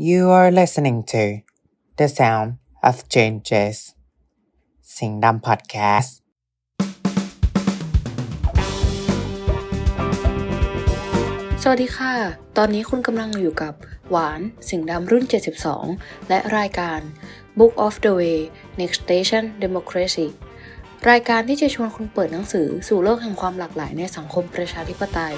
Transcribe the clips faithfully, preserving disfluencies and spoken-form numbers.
You are listening to The Sound of Changes สิงห์ดำ Podcast สวัสดีค่ะตอนนี้คุณกำลังอยู่กับหวานสิงห์ดำรุ่นเจ็ดสิบสองและรายการ Book of the Way Next Station Democracy รายการที่จะชวนคุณเปิดหนังสือสู่โลกแห่งความหลากหลายในสังคมประชาธิปไตย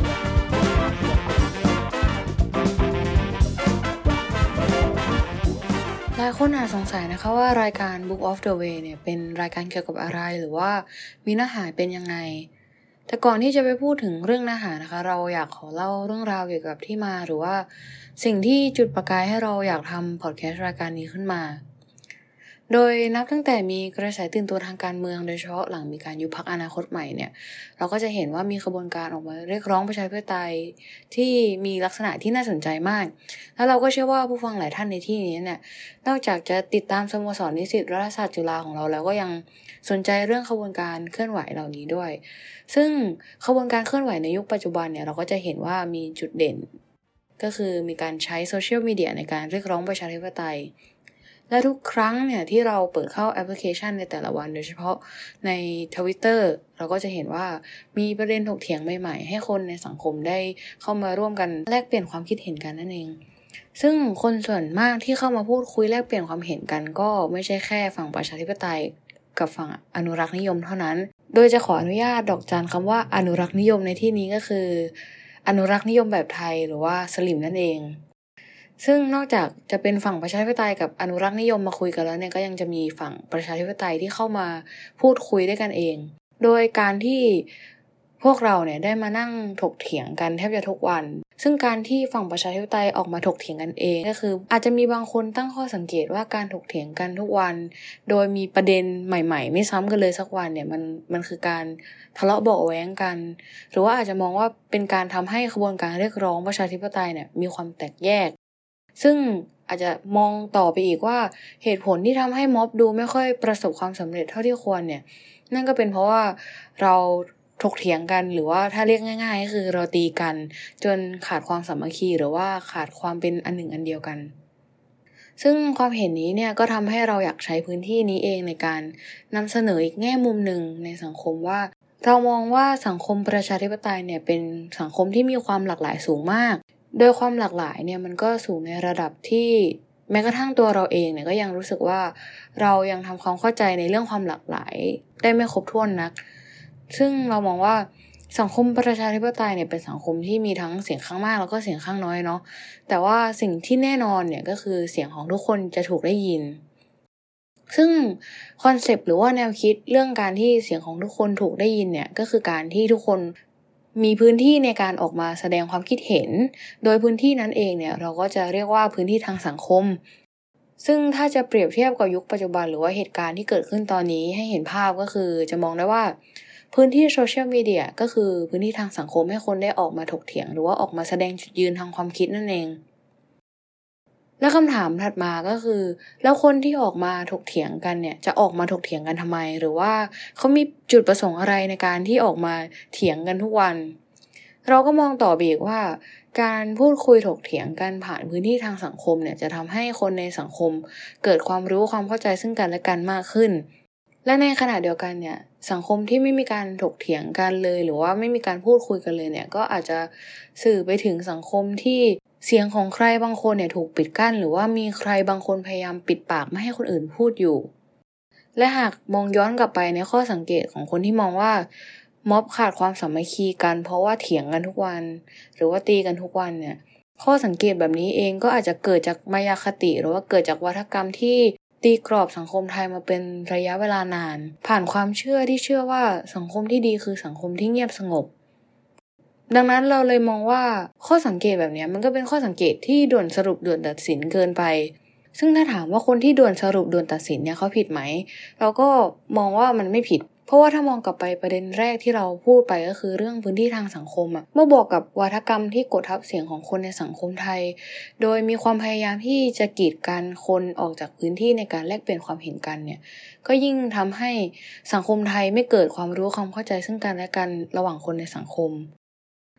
หลายคนอาจสงสัยนะคะว่ารายการ Book of the Way เนี่ยเป็นรายการเกี่ยวกับอะไรหรือว่ามีเนื้อหาเป็นยังไงแต่ก่อนที่จะไปพูดถึงเรื่องเนื้อหานะคะเราอยากขอเล่าเรื่องราวเกี่ยวกับที่มาหรือว่าสิ่งที่จุดประกายให้เราอยากทำพอดแคสต์รายการนี้ขึ้นมาโดยนับตั้งแต่มีกระแสตื่นตัวทางการเมืองโดยเฉพาะหลังมีการยุบพรรคอนาคตใหม่เนี่ยเราก็จะเห็นว่ามีขบวนการออกมาเรียกร้องประชาธิปไตยที่มีลักษณะที่น่าสนใจมากแล้วเราก็เชื่อว่าผู้ฟังหลายท่านในที่นี้เนี่ยนอกจากจะติดตามสโมสรนิสิตรัฐศาสตร์จุฬาของเราแล้วก็ยังสนใจเรื่องขบวนการเคลื่อนไหวเหล่านี้ด้วยซึ่งขบวนการเคลื่อนไหวในยุคปัจจุบันเนี่ยเราก็จะเห็นว่ามีจุดเด่นก็คือมีการใช้โซเชียลมีเดียในการเรียกร้องประชาธิปไตยและทุกครั้งเนี่ยที่เราเปิดเข้าแอปพลิเคชันในแต่ละวันโดยเฉพาะใน Twitter เราก็จะเห็นว่ามีประเด็นถกเถียงใหม่ๆให้คนในสังคมได้เข้ามาร่วมกันแลกเปลี่ยนความคิดเห็นกันนั่นเองซึ่งคนส่วนมากที่เข้ามาพูดคุยแลกเปลี่ยนความเห็นกันก็ไม่ใช่แค่ฝั่งประชาธิปไตยกับฝั่งอนุรักษ์นิยมเท่านั้นโดยจะขออนุญาตดอกจันคำว่าอนุรักษ์นิยมในที่นี้ก็คืออนุรักษ์นิยมแบบไทยหรือว่าสลิมนั่นเองซึ่งนอกจากจะเป็นฝั่งประชาธิปไตยกับอนุรักษ์นิยมมาคุยกันแล้วเนี่ยก็ยังจะมีฝั่งประชาธิปไตยที่เข้ามาพูดคุยด้วยกันเองโดยการที่พวกเราเนี่ยได้มานั่งถกเถียงกันแทบจะทุกวันซึ่งการที่ฝั่งประชาธิปไตยออกมาถกเถียงกันเองก็คืออาจจะมีบางคนตั้งข้อสังเกตว่าการถกเถียงกันทุกวันโดยมีประเด็นใหม่ๆไม่ซ้ำกันเลยสักวันเนี่ยมันมันคือการทะเลาะเบาะแว้งกันหรือว่าอาจจะมองว่าเป็นการทำให้ขบวนการเรียกร้องประชาธิปไตยเนี่ยมีความแตกแยกซึ่งอาจจะมองต่อไปอีกว่าเหตุผลที่ทำให้ม็อบดูไม่ค่อยประสบความสำเร็จเท่าที่ควรเนี่ยนั่นก็เป็นเพราะว่าเราถกเถียงกันหรือว่าถ้าเรียกง่ายๆก็คือเราตีกันจนขาดความสามัคคีหรือว่าขาดความเป็นอันหนึ่งอันเดียวกันซึ่งความเห็นนี้เนี่ยก็ทำให้เราอยากใช้พื้นที่นี้เองในการนำเสนออีกแง่มุมหนึ่งในสังคมว่าเรามองว่าสังคมประชาธิปไตยเนี่ยเป็นสังคมที่มีความหลากหลายสูงมากโดยความหลากหลายเนี่ยมันก็สูงในระดับที่แม้กระทั่งตัวเราเองเนี่ยก็ยังรู้สึกว่าเรายังทำความเข้าใจในเรื่องความหลากหลายได้ไม่ครบถ้วนนักซึ่งเรามองว่าสังคมประชาธิปไตยเนี่ยเป็นสังคมที่มีทั้งเสียงข้างมากแล้วก็เสียงข้างน้อยเนาะแต่ว่าสิ่งที่แน่นอนเนี่ยก็คือเสียงของทุกคนจะถูกได้ยินซึ่งคอนเซปต์หรือว่าแนวคิดเรื่องการที่เสียงของทุกคนถูกได้ยินเนี่ยก็คือการที่ทุกคนมีพื้นที่ในการออกมาแสดงความคิดเห็นโดยพื้นที่นั้นเองเนี่ยเราก็จะเรียกว่าพื้นที่ทางสังคมซึ่งถ้าจะเปรียบเทียบกับยุคปัจจุบันหรือว่าเหตุการณ์ที่เกิดขึ้นตอนนี้ให้เห็นภาพก็คือจะมองได้ว่าพื้นที่โซเชียลมีเดียก็คือพื้นที่ทางสังคมให้คนได้ออกมาถกเถียงหรือว่าออกมาแสดงจุดยืนทางความคิดนั่นเองและคำถามถัดมาก็คือแล้วคนที่ออกมาถกเถียงกันเนี่ยจะออกมาถกเถียงกันทำไมหรือว่าเขามีจุดประสงค์อะไรในการที่ออกมาเถียงกันทุกวันเราก็มองต่อไปอีกว่าการพูดคุยถกเถียงกันผ่านพื้นที่ทางสังคมเนี่ยจะทำให้คนในสังคมเกิดความรู้ความเข้าใจซึ่งกันและกันมากขึ้นและในขณะเดียวกันเนี่ยสังคมที่ไม่มีการถกเถียงกันเลยหรือว่าไม่มีการพูดคุยกันเลยเนี่ยก็อาจจะสื่อไปถึงสังคมที่เสียงของใครบางคนเนี่ยถูกปิดกั้นหรือว่ามีใครบางคนพยายามปิดปากไม่ให้คนอื่นพูดอยู่และหากมองย้อนกลับไปในข้อสังเกตของคนที่มองว่าม็อบขาดความสามัคคีกันเพราะว่าเถียงกันทุกวันหรือว่าตีกันทุกวันเนี่ยข้อสังเกตแบบนี้เองก็อาจจะเกิดจากมายาคติหรือว่าเกิดจากวัฒกรรมที่ตีกรอบสังคมไทยมาเป็นระยะเวลานานผ่านความเชื่อที่เชื่อว่าสังคมที่ดีคือสังคมที่เงียบสงบดังนั้นเราเลยมองว่าข้อสังเกตแบบนี้มันก็เป็นข้อสังเกตที่ด่วนสรุปด่วนตัดสินเกินไปซึ่งถ้าถามว่าคนที่ด่วนสรุปด่วนตัดสินเนี่ยเขาผิดไหมเราก็มองว่ามันไม่ผิดเพราะว่าถ้ามองกลับไปประเด็นแรกที่เราพูดไปก็คือเรื่องพื้นที่ทางสังคมอะเมื่อบวกกับวาทกรรมที่กดทับเสียงของคนในสังคมไทยโดยมีความพยายามที่จะกีดกันคนออกจากพื้นที่ในการแลกเปลี่ยนความเห็นกันเนี่ยก็ยิ่งทำให้สังคมไทยไม่เกิดความรู้ความเข้าใจซึ่งกันและกันระหว่างคนในสังคม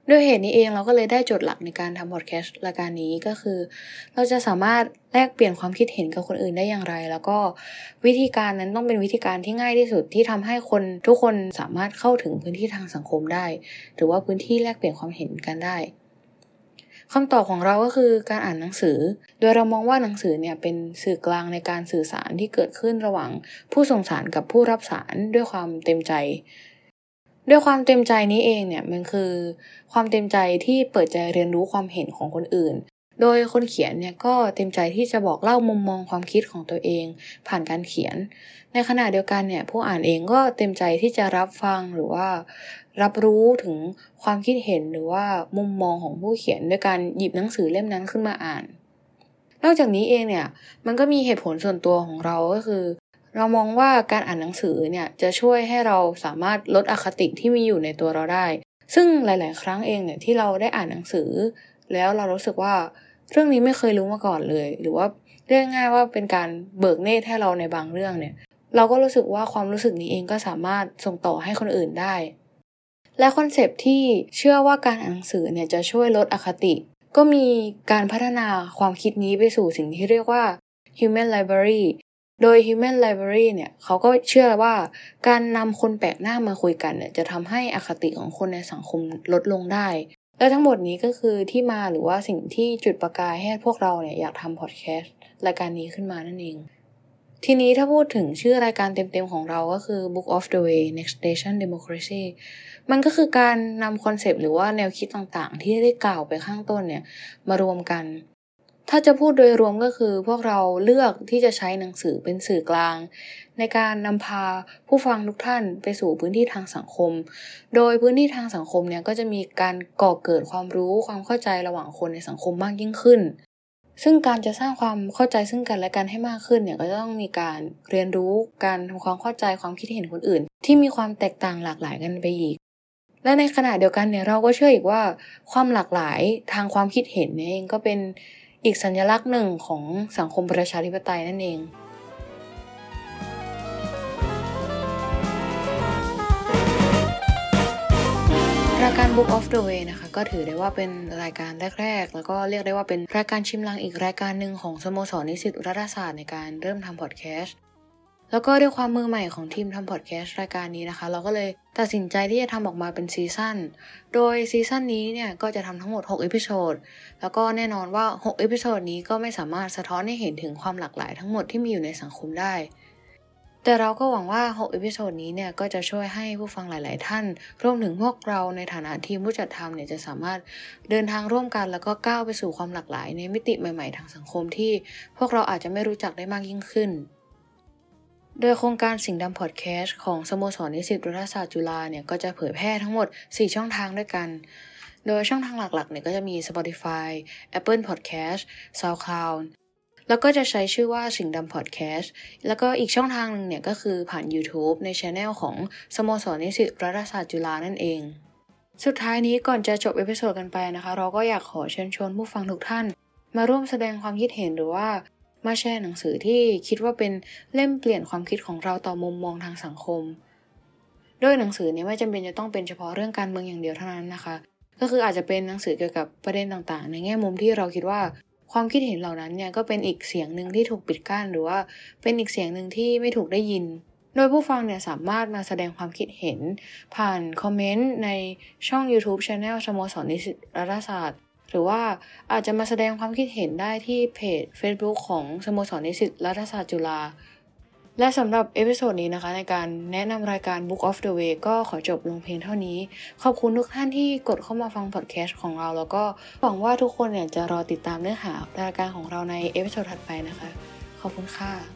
ด้วยเหตุนี้เองเราก็เลยได้โจทย์หลักในการทำพอดแคสต์รายการนี้ก็คือเราจะสามารถแลกเปลี่ยนความคิดเห็นกับคนอื่นได้อย่างไรแล้วก็วิธีการนั้นต้องเป็นวิธีการที่ง่ายที่สุดที่ทำให้คนทุกคนสามารถเข้าถึงพื้นที่ทางสังคมได้หรือว่าพื้นที่แลกเปลี่ยนความเห็นกันได้คำตอบของเราก็คือการอ่านหนังสือโดยเรามองว่าหนังสือเนี่ยเป็นสื่อกลางในการสื่อสารที่เกิดขึ้นระหว่างผู้ส่งสารกับผู้รับสารด้วยความเต็มใจด้วยความเต็มใจนี้เองเนี่ยมันคือความเต็มใจที่เปิดใจเรียนรู้ความเห็นของคนอื่นโดยคนเขียนเนี่ยก็เต็มใจที่จะบอกเล่ามุมมองความคิดของตัวเองผ่านการเขียนในขณะเดียวกันเนี่ยผู้อ่านเองก็เต็มใจที่จะรับฟังหรือว่ารับรู้ถึงความคิดเห็นหรือว่ามุมมองของผู้เขียนด้วยการหยิบหนังสือเล่มนั้นขึ้นมาอ่านนอกจากนี้เองเนี่ยมันก็มีเหตุผลส่วนตัวของเราก็คือเรามองว่าการอ่านหนังสือเนี่ยจะช่วยให้เราสามารถลดอคติที่มีอยู่ในตัวเราได้ซึ่งหลายๆครั้งเองเนี่ยที่เราได้อ่านหนังสือแล้วเรารู้สึกว่าเรื่องนี้ไม่เคยรู้มาก่อนเลยหรือว่าเรียกง่ายว่าเป็นการเบิกเนตรให้เราในบางเรื่องเนี่ยเราก็รู้สึกว่าความรู้สึกนี้เองก็สามารถส่งต่อให้คนอื่นได้และคอนเซปต์ที่เชื่อว่าการอ่านหนังสือเนี่ยจะช่วยลดอคติก็มีการพัฒนาความคิดนี้ไปสู่สิ่งที่เรียกว่า Human Libraryโดย Human Library เนี่ยเขาก็เชื่อว่าการนำคนแปลกหน้ามาคุยกันเนี่ยจะทำให้อคติของคนในสังคมลดลงได้และทั้งหมดนี้ก็คือที่มาหรือว่าสิ่งที่จุดประกายให้พวกเราเนี่ยอยากทำพอดแคสต์รายการนี้ขึ้นมานั่นเองทีนี้ถ้าพูดถึงชื่อรายการเต็มๆของเราก็คือ Book of the Way Next Station Democracy มันก็คือการนำคอนเซปต์หรือว่าแนวคิดต่างๆที่ได้กล่าวไปข้างต้นเนี่ยมารวมกันถ้าจะพูดโดยรวมก็คือพวกเราเลือกที่จะใช้หนังสือเป็นสื่อกลางในการนำพาผู้ฟังทุกท่านไปสู่พื้นที่ทางสังคมโดยพื้นที่ทางสังคมเนี่ยก็จะมีการก่อเกิดความรู้ความเข้าใจระหว่างคนในสังคมมากยิ่งขึ้นซึ่งการจะสร้างความเข้าใจซึ่งกันและกันให้มากขึ้นเนี่ยก็จะต้องมีการเรียนรู้การทำความเข้าใจความคิดเห็นคนอื่นที่มีความแตกต่างหลากหลายกันไปอีกและในขณะเดียวกันเนี่ยเราก็เชื่ออีกว่าความหลากหลายทางความคิดเห็นเองก็เป็นอีกสัญลักษณ์หนึ่งของสังคมประชาธิปไตยนั่นเองรายการ Book of the Way นะคะก็ถือได้ว่าเป็นรายการแรกๆแล้วก็เรียกได้ว่าเป็นรายการชิมลางอีกรายการหนึ่งของสโมสรนิสิตรัฐศาสตร์ในการเริ่มทำพอดแคสต์แล้วก็ด้วยความมือใหม่ของทีมทำพอดแคสต์รายการนี้นะคะเราก็เลยตัดสินใจที่จะทำออกมาเป็นซีซั่นโดยซีซั่นนี้เนี่ยก็จะทำทั้งหมดหกเอพิโซดแล้วก็แน่นอนว่าหกเอพิโซดนี้ก็ไม่สามารถสะท้อนให้เห็นถึงความหลากหลายทั้งหมดที่มีอยู่ในสังคมได้แต่เราก็หวังว่าหกเอพิโซดนี้เนี่ยก็จะช่วยให้ผู้ฟังหลายๆท่านรวมถึงพวกเราในฐานะทีมผู้จัดทำเนี่ยจะสามารถเดินทางร่วมกันแล้วก็ก้าวไปสู่ความหลากหลายในมิติใหม่ๆทางสังคมที่พวกเราอาจจะไม่รู้จักได้มากยิ่งขึ้นโดยโครงการสิ่งดำพอดแคสต์ของสโมสรนิสิตรัฐศาสตร์จุฬาเนี่ยก็จะเผยแพร่ทั้งหมดสี่ช่องทางด้วยกันโดยช่องทางหลักๆเนี่ยก็จะมี Spotify, Apple Podcast, SoundCloud แล้วก็จะใช้ชื่อว่าสิ่งดำพอดแคสต์แล้วก็อีกช่องทางนึงเนี่ยก็คือผ่าน YouTube ใน Channel ของสโมสรนิสิตรัฐศาสตร์จุฬานั่นเองสุดท้ายนี้ก่อนจะจบเอพิโซดกันไปนะคะเราก็อยากขอเชิญชวนผู้ฟังทุกท่านมาร่วมแสดงความคิดเห็นหรือว่ามาแชร์หนังสือที่คิดว่าเป็นเล่มเปลี่ยนความคิดของเราต่อมุมมองทางสังคมโดยหนังสือเนี่ยไม่จำเป็นจะต้องเป็นเฉพาะเรื่องการเมืองอย่างเดียวเท่านั้นนะคะก็คืออาจจะเป็นหนังสือเกี่ยวกับประเด็นต่างๆในแง่มุมที่เราคิดว่าความคิดเห็นเหล่านั้นเนี่ยก็เป็นอีกเสียงนึงที่ถูกปิดกั้นหรือว่าเป็นอีกเสียงนึงที่ไม่ถูกได้ยินโดยผู้ฟังเนี่ยสามารถมาแสดงความคิดเห็นผ่านคอมเมนต์ในช่อง YouTube Channel สโมสรนิสิตรัฐศาสตร์หรือว่าอาจจะมาแสดงความคิดเห็นได้ที่เพจ Facebook ของสโมสรนิสิตรัฐศาสตร์จุฬาและสำหรับเอพิโซดนี้นะคะในการแนะนำรายการ Book of the Way ก็ขอจบลงเพียงเท่านี้ขอบคุณทุกท่านที่กดเข้ามาฟังพอดแคสต์ของเราแล้วก็หวังว่าทุกคนเนี่ยจะรอติดตามเนื้อหารายการของเราในเอพิโซดถัดไปนะคะขอบคุณค่ะ